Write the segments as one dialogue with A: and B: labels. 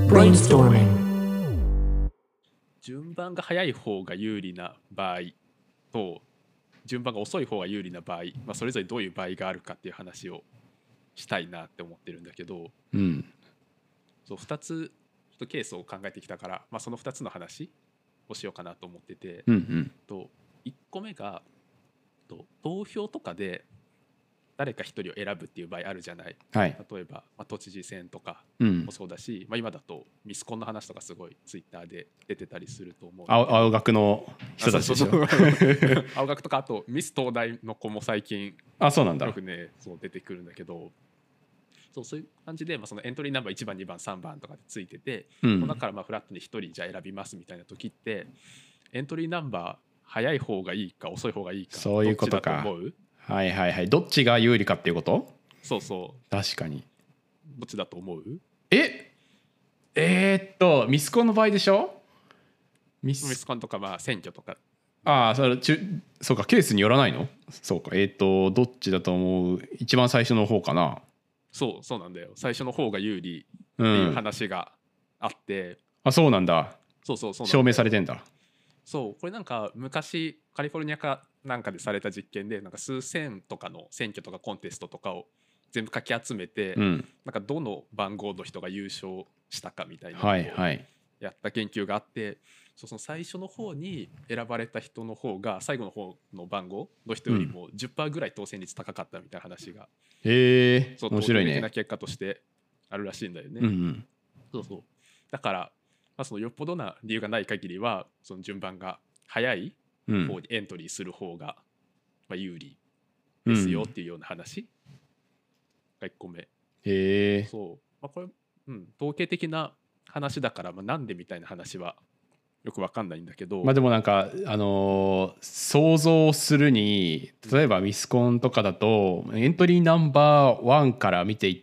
A: Brainstorming.
B: 順番が早い方が有利な場合と順番が遅い方が有利な場合、それぞれどういう場合があるかっていう話をしたいなって思ってるんだけど、そう2つちょっとケースを考えてきたから、その2つの話をしようかなと思ってて、と1個目が投票とかで誰か一人を選ぶっていう場合あるじゃない、例えば、都知事選とかもそうだし、今だとミスコンの話とかすごいツイッターで出てたりすると思う。
C: 青学の人たちでしょ。
B: 青学とかあとミス東大の子も最近
C: そうなんだ。
B: よくねそう出てくるんだけど、そういう感じで、そのエントリーナンバー1番2番3番とかでついてて、だからフラットに1人じゃあ選びますみたいな時ってエントリーナンバー早い方がいいか遅い方がいいか、
C: そういうことか。
B: どっちだと思う？
C: はいはいはい。どっちが有利かっていうこと？
B: そうそう。
C: 確かに。
B: どっちだと思う？
C: ミスコンの場合でしょ？
B: ミスコンとか選挙とか。
C: そうか、ケースによらないの？そうか。どっちだと思う？一番最初の方かな。
B: そうなんだよ。最初の方が有利っていう話があって、
C: そうなんだ。
B: そう
C: 証明されてんだ。
B: そうこれなんか昔カリフォルニアかなんかでされた実験で、なんか数千とかの選挙とかコンテストとかを全部かき集めて、なんかどの番号の人が優勝したかみたいなのをやった研究があって、その最初の方に選ばれた人の方が最後の方の番号の人よりも 10% ぐらい当選率高かったみたいな話が、
C: 面白いね。
B: 的な結果としてあるらしいんだよね。そうだから、そのよっぽどな理由がない限りはその順番が早い方にエントリーする方が有利ですよっていうような話が1個目。そうこれ、統計的な話だから、なんでみたいな話はよく分かんないんだけど、
C: でもなんか想像するに、例えばミスコンとかだとエントリーナンバー1から見ていって、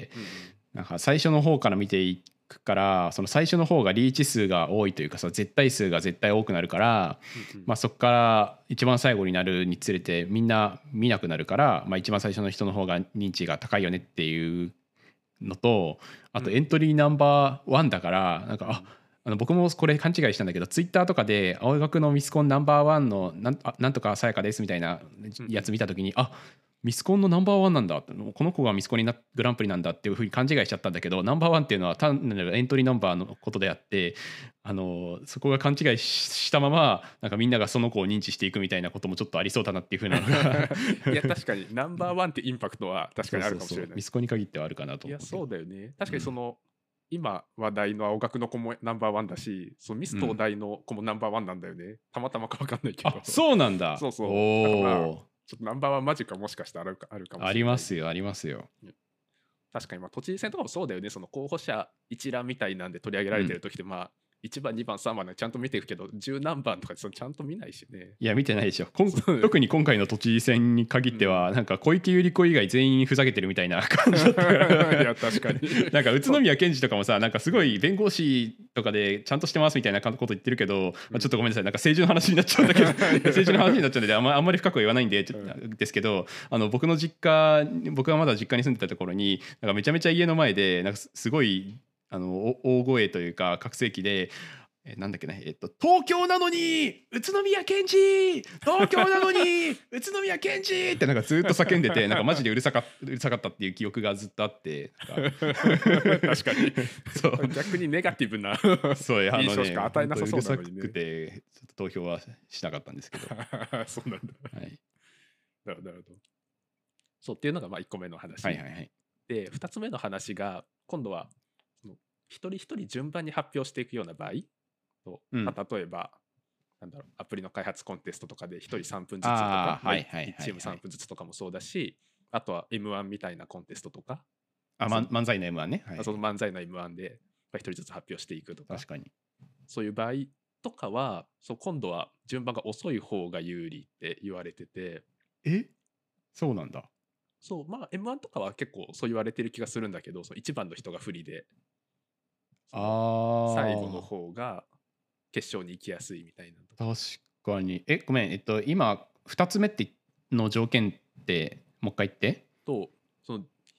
C: なんか最初の方から見ていくから、その最初の方がリーチ数が多いというか、絶対数が絶対多くなるから、そこから一番最後になるにつれてみんな見なくなるから、一番最初の人の方が認知が高いよねっていうのと、あとエントリーナンバー1だからなんか僕もこれ勘違いしたんだけど、ツイッターとかで青学のミスコンナンバーワンのなんとかさやかですみたいなやつ見た時に、ミスコンのナンバーワンなんだ、この子がミスコンにグランプリなんだっていうふうに勘違いしちゃったんだけど、ナンバーワンっていうのは単なるエントリーナンバーのことであって、そこが勘違いしたままなんかみんながその子を認知していくみたいなこともちょっとありそうだなっていうふうなのが
B: いや確かにナンバーワンってインパクトは確かにあるかもしれない。
C: ミスコンに限ってはあるかなと思う。
B: いやそうだよね。確かにその、今話題の青学の子もナンバーワンだし、そのミス東大の子もナンバーワンなんだよね。たまたまか分かんないけど。
C: そうなんだ。
B: そうだからちょっとナンバーワンマジかもしかしたらあるかもしれない。
C: ありますよありますよ。
B: 確かに都知事選とかもそうだよね。その候補者一覧みたいなんで取り上げられてる時って、1番2番3番でちゃんと見ていくけど、10何番とかちゃんと見ないしね。
C: いや見てないでしょ。特に今回の都知事選に限っては、なんか小池百合子以外全員ふざけてるみたいな感じだったから
B: いや確かに
C: なんか宇都宮健児とかもさ、なんかすごい弁護士とかでちゃんとしてますみたいなこと言ってるけど、ちょっとごめんなさい、なんか政治の話になっちゃうんだけど政治の話になっちゃうんであんまり深くは言わないんでですけど、僕がまだ実家に住んでたところになんかめちゃめちゃ家の前でなんかすごい大声というか拡声器でなんだっけね、東京なのに宇都宮健児、東京なのに宇都宮健児ってなんかずっと叫んでてなんかマジでうるさかったっていう記憶がずっとあって、
B: 確かにそう逆にネガティブな印象しか与えなさそうなのにね。
C: うるさくてちょっと投票はしなかったんですけど
B: そうなんだ。
C: はい、
B: なるほどそうっていうのが1個目の話、で2つ目の話が今度は一人一人順番に発表していくような場合と、例えばアプリの開発コンテストとかで1人3分ずつとか、1チーム3分ずつとかもそうだし、あとは M1 みたいなコンテストとか、
C: 漫才の M1 ね、
B: その漫才の M1 で1人ずつ発表していくとか、
C: 確かに
B: そういう場合とかは今度は順番が遅い方が有利って言われてて。
C: そうなんだ。
B: そう、M1 とかは結構そう言われてる気がするんだけど、1番の人が不利で最後の方が決勝に行きやすいみたいな。
C: 確かに。ごめん、今2つ目の条件ってもう一回言って。
B: その1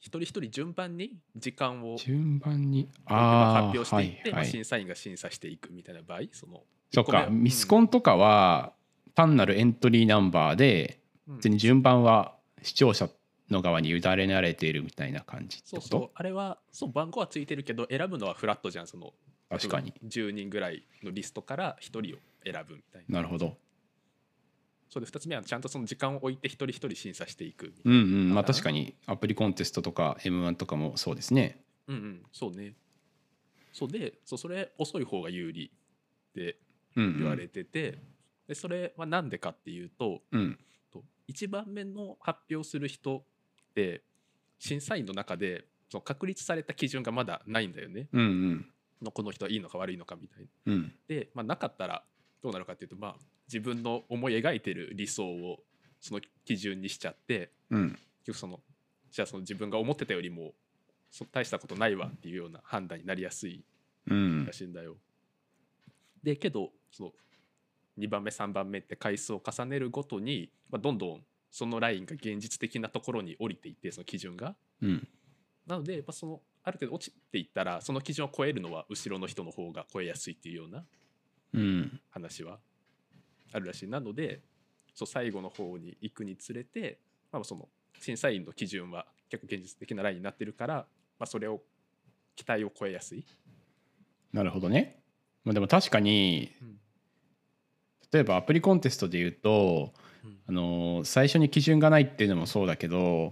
B: 一人一人順番に時間を
C: 順番に
B: 発表していって、
C: はいはい、
B: 審査員が審査していくみたいな場合、
C: そうか、ミスコンとかは単なるエントリーナンバーで、別に順番は視聴者の側に委ねられているみたいな感じってこと？
B: そうあれは番号はついてるけど選ぶのはフラットじゃん。
C: 確かに
B: 10人ぐらいのリストから1人を選ぶみたいな。
C: なるほど。
B: そうで2つ目はちゃんとその時間を置いて一人一人審査していく。
C: まあ確かにアプリコンテストとか M1 とかもそうですね。
B: そうね。それ遅い方が有利って言われてて、でそれはなんでかっていうと、1番目の発表する人って審査員の中でその確立された基準がまだないんだよね。この人はいいのか悪いのかみたいな。で、なかったらどうなるかっていうと、自分の思い描いてる理想をその基準にしちゃって、結局じゃあ自分が思ってたよりも大したことないわっていうような判断になりやすいらしいんだよ。でけど2番目3番目って回数を重ねるごとに、どんどんそのラインが現実的なところに降りていって、その基準が、なので、ある程度落ちていったらその基準を超えるのは後ろの人の方が超えやすいっていうような話はあるらしい。なので最後の方に行くにつれて、その審査員の基準は結構現実的なラインになってるから、それを期待を超えやすい。
C: なるほどね。でも確かに、例えばアプリコンテストでいうと、最初に基準がないっていうのもそうだけど、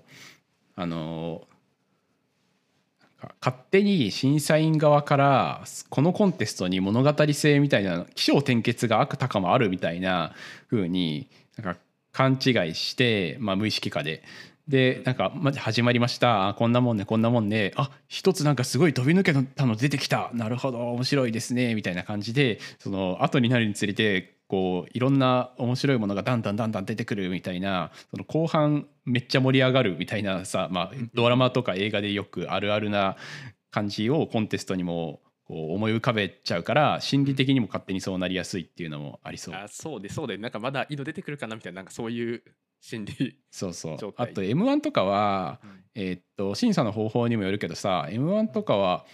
C: 勝手に審査員側からこのコンテストに物語性みたいな起承転結があくたかもあるみたいな風に勘違いして、無意識化で始まりました、こんなもんねこんなもんね、一つすごい飛び抜けたの出てきた、なるほど面白いですねみたいな感じで、後になるにつれていろんな面白いものがだんだん出てくるみたいな、後半めっちゃ盛り上がるみたいなさ、ドラマとか映画でよくあるあるな感じをコンテストにも思い浮かべちゃうから、心理的にも勝手にそうなりやすいっていうのもありそう。
B: そうでまだいいの出てくるかなみたいな、そういう心理
C: あと M1 とかは、審査の方法にもよるけどさ、 M1 とかは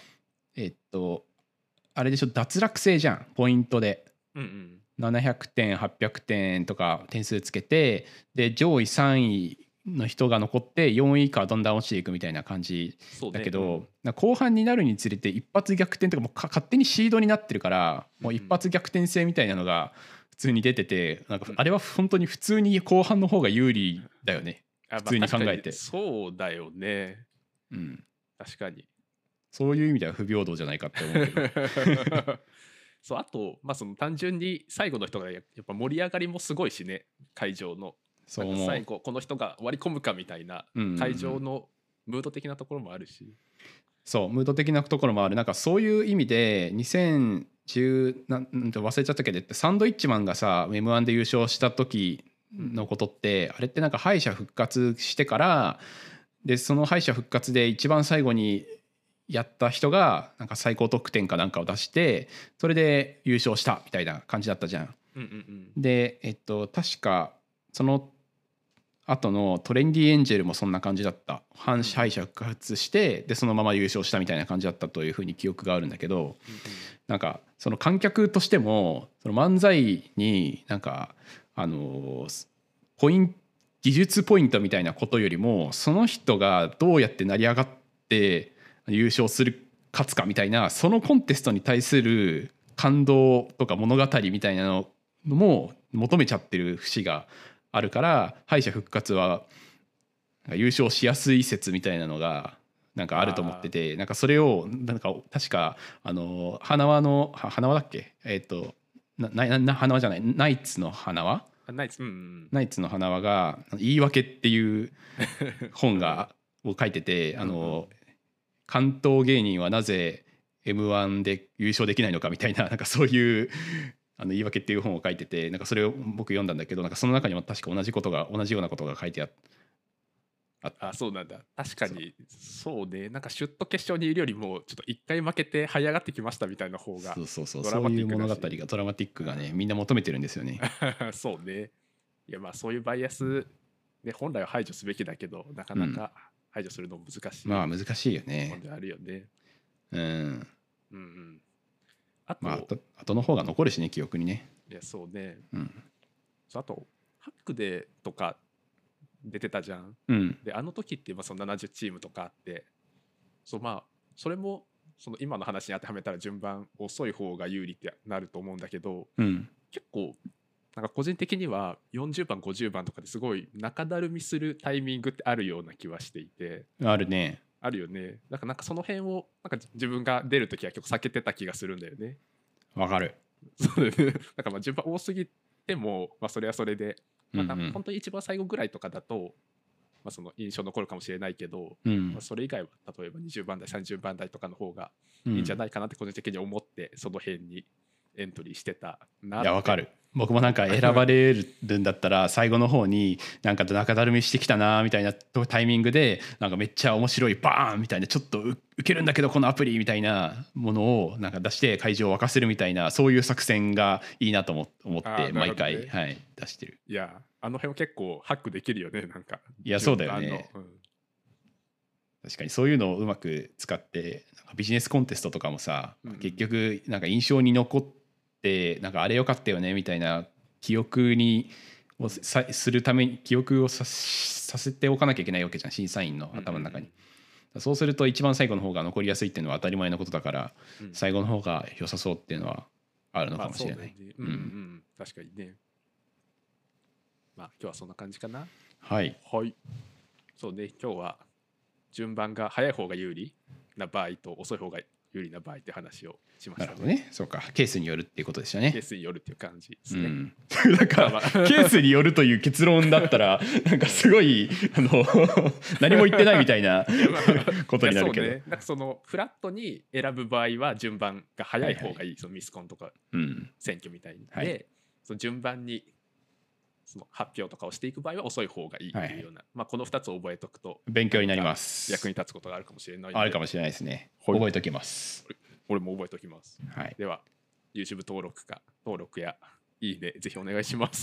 C: あれでしょ、脱落制じゃん、ポイントで。700点800点とか点数つけて、で上位3位の人が残って4位以下はだんだん落ちていくみたいな感じだけど、後半になるにつれて一発逆転とかも勝手にシードになってるから、もう一発逆転性みたいなのが普通に出てて、あれは本当に普通に後半の方が有利だよね、普通に考えて。
B: そうだよね。確かに
C: そういう意味では不平等じゃないかって思うけど
B: あと、単純に最後の人がやっぱ盛り上がりもすごいしね、会場の。最後この人が割り込むかみたいな会場のムード的なところもあるし、
C: ムード的なところもある。そういう意味で2010忘れちゃったけど、サンドイッチマンがさ M1 で優勝した時のことって、あれって敗者復活してから、でその敗者復活で一番最後にやった人が最高得点かなんかを出して、それで優勝したみたいな感じだったじゃん。で確かその後のトレンディエンジェルもそんな感じだった。敗者復活してでそのまま優勝したみたいな感じだったというふうに記憶があるんだけど、その観客としてもその漫才に技術ポイントみたいなことよりも、その人がどうやって成り上がって優勝する勝つかみたいな、そのコンテストに対する感動とか物語みたいなのも求めちゃってる節があるから、敗者復活は優勝しやすい説みたいなのがあると思ってて、それを確か花輪だっけ、花輪じゃない、ナイツの花輪、ナイツの花輪が言い訳っていう本を書いてて、関東芸人はなぜ M1 で優勝できないのかみたいな、そういう言い訳っていう本を書いてて、それを僕読んだんだけど、その中にも確か同じようなことが書いて
B: そうなんだ。確かにそうね。シュッと決勝にいるよりもちょっと一回負けて這い上がってきましたみたいな方が、
C: そういう物語がドラマティックがね、みんな求めてるんですよね
B: そうね。いやそういうバイアスで本来は排除すべきだけど、なかなか排除するのも難しい
C: まあ難しいよ
B: も
C: ね。
B: んであるよね。
C: うん
B: うんうん。あと、
C: まあ後の方が残るしね、記憶にね。
B: いやそうね。
C: うん
B: あとハックでとか出てたじゃん。
C: うん
B: であの時ってその70チームとかあって、まあそれもその今の話に当てはめたら順番遅い方が有利ってなると思うんだけど、
C: うん
B: 結構なんか個人的には40番50番とかですごい中だるみするタイミングってあるような気はしていて。
C: あるね。
B: あるよね。なんかその辺をなんか自分が出るときは結構避けてた気がするんだよね。
C: わかる。
B: そうだよね。なんかまあ順番多すぎても、まあ、それはそれで、まあ、
C: うんうん
B: 本当に一番最後ぐらいとかだと、まあ、その印象残るかもしれないけど、
C: うん
B: まあ、それ以外は例えば20番台30番台とかの方が
C: うん
B: いいんじゃないかなって個人的に思ってその辺にエントリーしてたなって。
C: いやわかる。僕もなんか選ばれるんだったら最後の方になんか中だるみしてきたなみたいなタイミングでなんかめっちゃ面白いバーンみたいなちょっと受けるんだけどこのアプリみたいなものをなんか出して会場を沸かせるみたいなそういう作戦がいいなと思って毎回、
B: ね、
C: はい、出してる。
B: いやあの辺は結構ハックできるよね。なんか
C: いやそうだよね、
B: うん、
C: 確かにそういうのをうまく使ってなんかビジネスコンテストとかもさ、
B: うん、
C: 結局なんか印象に残ってなんかあれ良かったよねみたいな記憶にするために記憶をさせておかなきゃいけないわけじゃん、審査員の頭の中に、そうすると一番最後の方が残りやすいっていうのは当たり前のことだから、最後の方が良さそうっていうのはあるのかもしれない。
B: 確かにね。まあ今日はそんな感じかな。
C: はい
B: はいそうね。今日は順番が早い方が有利な場合と遅い方が有利な場合って話をしましたね。
C: なるほどね。そうか、ケースによるっていうことでしたね。
B: ケースによるっていう感じですね。
C: なんかケースによるという結論だったらなんかすごい何も言ってないみたいなことになるけど、
B: ね、なんかそのフラットに選ぶ場合は順番が早い方がいい、そのミスコンとか選挙みたいに、でその順番にその発表とかをしていく場合は遅い方がいいっていうような、まあ、この2つを覚えておくと
C: 勉強になります。
B: 役に立つことがあるかもしれない。
C: あるかもしれないですね。覚えておきます。
B: 俺も覚えておきます。
C: はい、
B: では YouTube 登録やいいねぜひお願いします。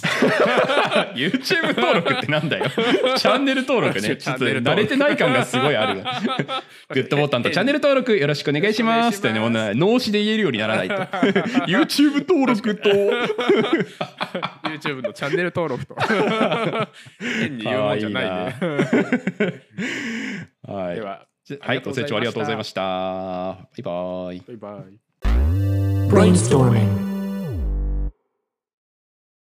C: YouTube 登録ってなんだよ。チャンネル登録ね。ちょっと慣れてない感がすごいある。グッドボタンとチャンネル登録よろしくお願いしますってね、もう脳死で言えるようにならないと。YouTube 登録と
B: YouTube のチャンネル登録と変に言うもんじゃないね。
C: はい。
B: では、
C: はい、ご清聴ありがとうございました。バイバイ。
B: バイバイ。
A: Brainstorming